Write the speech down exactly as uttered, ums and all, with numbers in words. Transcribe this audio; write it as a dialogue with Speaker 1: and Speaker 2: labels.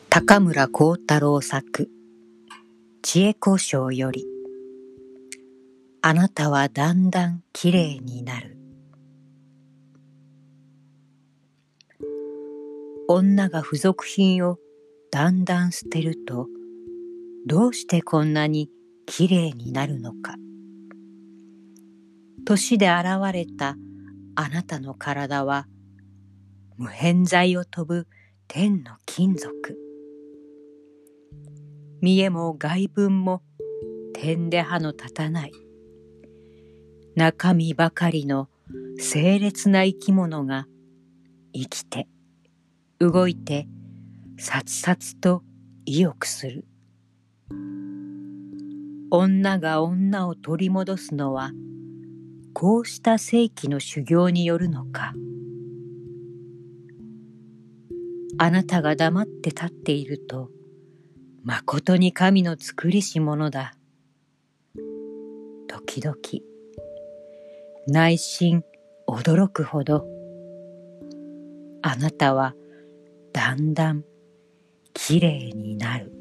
Speaker 1: 高村光太郎作知恵交渉より、あなたはだんだんきれいになる。女が付属品をだんだん捨てると、どうしてこんなにきれいになるのか。年で現れたあなたの体は、無辺剤を飛ぶ天の金属。見栄も外分も点で歯の立たない。中身ばかりの清烈な生き物が生きて、動いて、さつさつと意欲する。女が女を取り戻すのは、こうした世紀の修行によるのか。あなたが黙って立っていると、まことに神の作りしものだ。時々、内心驚くほど、あなたはだんだんきれいになる。